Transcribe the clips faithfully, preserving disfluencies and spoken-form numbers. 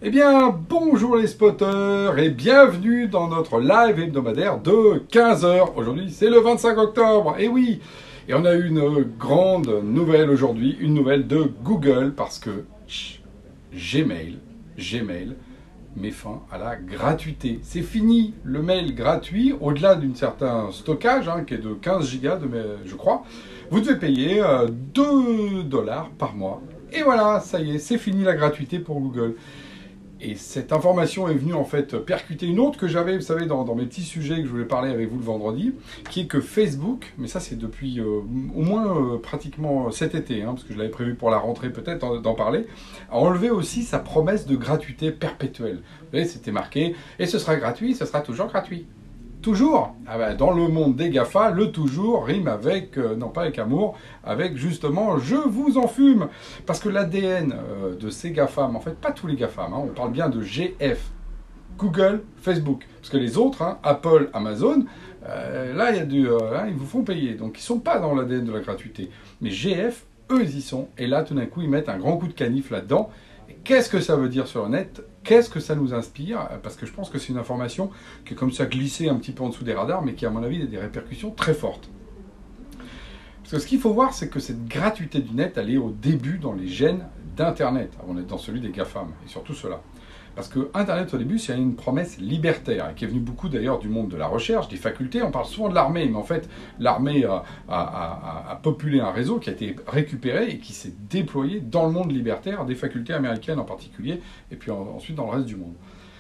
Eh bien, bonjour les spotters et bienvenue dans notre live hebdomadaire de quinze heures. Aujourd'hui, c'est le vingt-cinq octobre, et oui. Et on a eu une grande nouvelle aujourd'hui, une nouvelle de Google, parce que chut, Gmail, Gmail met fin à la gratuité. C'est fini le mail gratuit, au-delà d'un certain stockage, hein, qui est de quinze gigas, de, je crois. Vous devez payer euh, deux dollars par mois. Et voilà, ça y est, c'est fini la gratuité pour Google. Et cette information est venue en fait percuter une autre que j'avais, vous savez, dans, dans mes petits sujets que je voulais parler avec vous le vendredi, qui est que Facebook, mais ça c'est depuis euh, au moins euh, pratiquement cet été, hein, parce que je l'avais prévu pour la rentrée peut-être d'en parler, a enlevé aussi sa promesse de gratuité perpétuelle. Vous voyez, c'était marqué, et ce sera gratuit, ce sera toujours gratuit. Toujours, ah ben, dans le monde des GAFA, le toujours rime avec, euh, non pas avec amour, avec justement je vous en fume. Parce que l'A D N euh, de ces GAFAM, en fait pas tous les GAFAM, hein, on parle bien de G F, Google, Facebook. Parce que les autres, hein, Apple, Amazon, euh, là il y a du, euh, hein, ils vous font payer. Donc ils ne sont pas dans l'A D N de la gratuité. Mais G F, eux ils y sont. Et là tout d'un coup ils mettent un grand coup de canif là-dedans. Qu'est-ce que ça veut dire sur le net? Qu'est-ce que ça nous inspire? Parce que je pense que c'est une information qui est comme ça glissée un petit peu en dessous des radars, mais qui, à mon avis, a des répercussions très fortes. Parce que ce qu'il faut voir, c'est que cette gratuité du net, elle est au début dans les gènes d'Internet, avant d'être dans celui des GAFAM, et surtout ceux-là. Parce que Internet, au début, c'est une promesse libertaire, qui est venue beaucoup d'ailleurs du monde de la recherche, des facultés. On parle souvent de l'armée, mais en fait, l'armée a, a, a, a populé un réseau qui a été récupéré et qui s'est déployé dans le monde libertaire, des facultés américaines en particulier, et puis ensuite dans le reste du monde.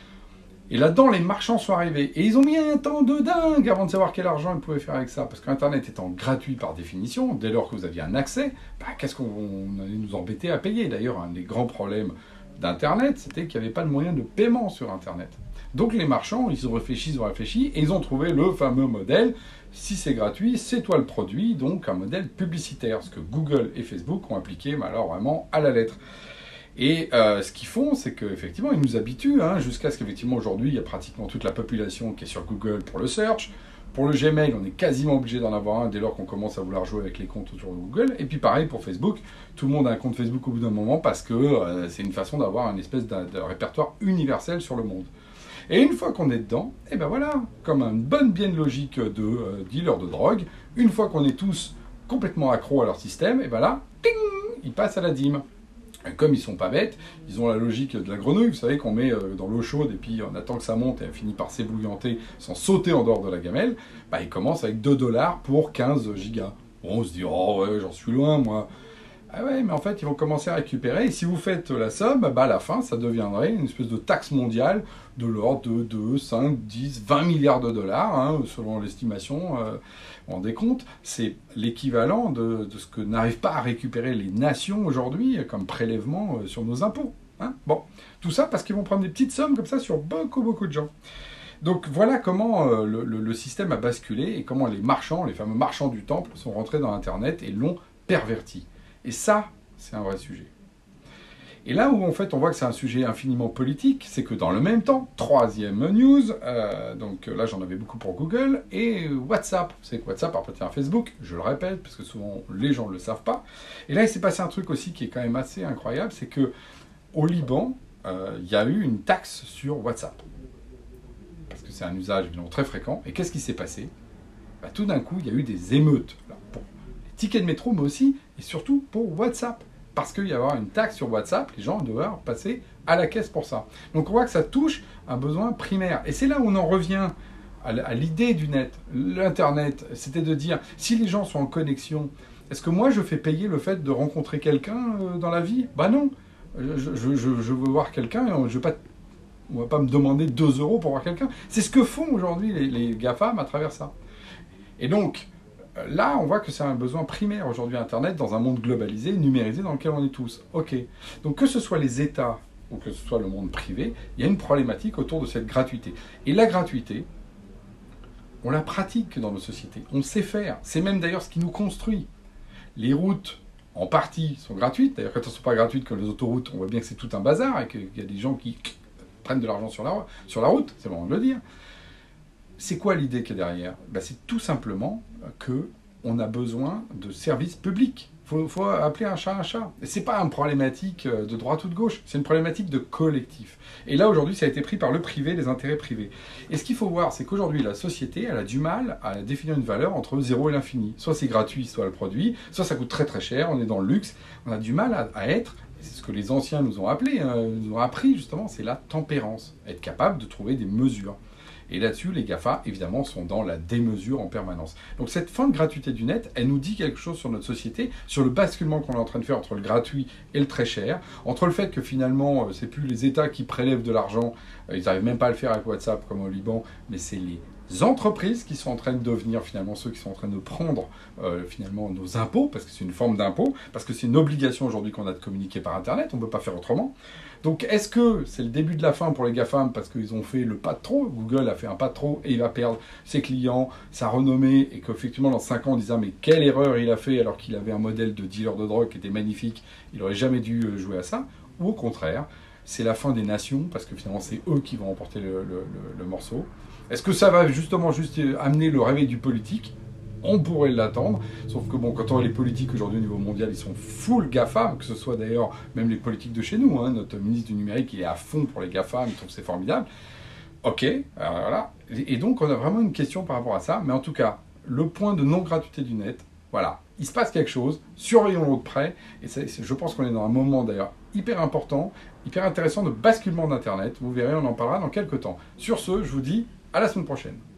Et là-dedans, les marchands sont arrivés. Et ils ont mis un temps de dingue avant de savoir quel argent ils pouvaient faire avec ça. Parce qu'Internet étant gratuit par définition, dès lors que vous aviez un accès, bah, qu'est-ce qu'on allait nous embêter à payer? D'ailleurs, un des grands problèmes d'Internet, c'était qu'il n'y avait pas de moyen de paiement sur Internet. Donc les marchands, ils ont réfléchi, ils ont réfléchi, et ils ont trouvé le fameux modèle. Si c'est gratuit, c'est toi le produit, donc un modèle publicitaire. Ce que Google et Facebook ont appliqué, mais alors vraiment à la lettre. Et euh, ce qu'ils font, c'est qu'effectivement, ils nous habituent, hein, jusqu'à ce qu'effectivement aujourd'hui, il y a pratiquement toute la population qui est sur Google pour le search. Pour le Gmail, on est quasiment obligé d'en avoir un dès lors qu'on commence à vouloir jouer avec les comptes autour de Google. Et puis pareil pour Facebook, tout le monde a un compte Facebook au bout d'un moment parce que euh, c'est une façon d'avoir une espèce de, de répertoire universel sur le monde. Et une fois qu'on est dedans, et ben voilà, comme une bonne bien logique de euh, dealer de drogue, une fois qu'on est tous complètement accros à leur système, et ben là, ting, ils passent à la dîme. Comme ils sont pas bêtes, ils ont la logique de la grenouille, vous savez, qu'on met dans l'eau chaude et puis on attend que ça monte et elle finit par s'ébouillanter sans sauter en dehors de la gamelle, bah ils commencent avec deux dollars pour quinze gigas. Bon, on se dit, oh ouais, j'en suis loin, moi. Ah ouais, mais en fait, ils vont commencer à récupérer, et si vous faites la somme, bah à la fin, ça deviendrait une espèce de taxe mondiale de l'ordre de deux, cinq, dix, vingt milliards de dollars, hein, selon l'estimation. Euh, on rendez compte, c'est l'équivalent de, de ce que n'arrivent pas à récupérer les nations aujourd'hui comme prélèvement euh, sur nos impôts. Hein. Bon, tout ça parce qu'ils vont prendre des petites sommes comme ça sur beaucoup, beaucoup de gens. Donc voilà comment euh, le, le, le système a basculé et comment les marchands, les fameux marchands du temple, sont rentrés dans Internet et l'ont perverti. Et ça, c'est un vrai sujet. Et là où en fait on voit que c'est un sujet infiniment politique, c'est que dans le même temps, troisième news, euh, donc là j'en avais beaucoup pour Google, et WhatsApp. Vous savez que WhatsApp appartient à Facebook, je le répète, parce que souvent les gens ne le savent pas. Et là il s'est passé un truc aussi qui est quand même assez incroyable, c'est que au Liban, euh, il y a eu une taxe sur WhatsApp. Parce que c'est un usage évidemment très fréquent. Et qu'est-ce qui s'est passé? Bah, tout d'un coup, il y a eu des émeutes là, pour les tickets de métro, mais aussi et surtout pour WhatsApp. Parce qu'il y a une taxe sur WhatsApp, les gens doivent passer à la caisse pour ça. Donc on voit que ça touche un besoin primaire. Et c'est là où on en revient à l'idée du net. L'Internet, c'était de dire, si les gens sont en connexion, est-ce que moi je fais payer le fait de rencontrer quelqu'un dans la vie? Bah non. Je, je, je, je veux voir quelqu'un, et je vais pas, on ne va pas me demander deux euros pour voir quelqu'un. C'est ce que font aujourd'hui les, les GAFAM à travers ça. Et donc, là, on voit que c'est un besoin primaire aujourd'hui Internet dans un monde globalisé, numérisé, dans lequel on est tous. Ok. Donc que ce soit les États ou que ce soit le monde privé, il y a une problématique autour de cette gratuité. Et la gratuité, on la pratique dans nos sociétés. On sait faire. C'est même d'ailleurs ce qui nous construit. Les routes, en partie, sont gratuites. D'ailleurs, quand elles ne sont pas gratuites comme les autoroutes, on voit bien que c'est tout un bazar et qu'il y a des gens qui prennent de l'argent sur la, sur la route. C'est bon de le dire. C'est quoi l'idée qui est derrière? Ben, c'est tout simplement qu'on a besoin de services publics. faut, faut appeler un chat un chat. Et c'est pas une problématique de droite ou de gauche, c'est une problématique de collectif. Et là, aujourd'hui, ça a été pris par le privé, les intérêts privés. Et ce qu'il faut voir, c'est qu'aujourd'hui, la société, elle a du mal à définir une valeur entre zéro et l'infini. Soit c'est gratuit, soit le produit, soit ça coûte très très cher, on est dans le luxe. On a du mal à, à être, c'est ce que les anciens nous ont appelé, hein, nous ont appris justement, c'est la tempérance. Être capable de trouver des mesures. Et là-dessus, les GAFA, évidemment, sont dans la démesure en permanence. Donc cette fin de gratuité du net, elle nous dit quelque chose sur notre société, sur le basculement qu'on est en train de faire entre le gratuit et le très cher, entre le fait que finalement, c'est plus les États qui prélèvent de l'argent, ils n'arrivent même pas à le faire avec WhatsApp comme au Liban, mais c'est les entreprises qui sont en train de devenir finalement ceux qui sont en train de prendre euh, finalement nos impôts, parce que c'est une forme d'impôt, parce que c'est une obligation aujourd'hui qu'on a de communiquer par Internet, on ne peut pas faire autrement. Donc est-ce que c'est le début de la fin pour les GAFAM parce qu'ils ont fait le pas de trop, Google a fait un pas de trop et il va perdre ses clients, sa renommée, et qu'effectivement dans cinq ans on disait mais quelle erreur il a fait alors qu'il avait un modèle de dealer de drogue qui était magnifique, il n'aurait jamais dû jouer à ça, ou au contraire, c'est la fin des nations parce que finalement c'est eux qui vont emporter le, le, le, le morceau. Est-ce que ça va justement juste amener le réveil du politique ? On pourrait l'attendre, sauf que bon, quand on voit les politiques aujourd'hui au niveau mondial, ils sont full GAFA, que ce soit d'ailleurs même les politiques de chez nous, hein, notre ministre du numérique, il est à fond pour les GAFA, il trouve que c'est formidable. Ok, alors voilà. Et donc on a vraiment une question par rapport à ça, mais en tout cas, le point de non-gratuité du net, voilà, il se passe quelque chose, surveillons-le de près, et ça, je pense qu'on est dans un moment d'ailleurs hyper important, hyper intéressant de basculement d'Internet, vous verrez, on en parlera dans quelques temps. Sur ce, je vous dis à la semaine prochaine.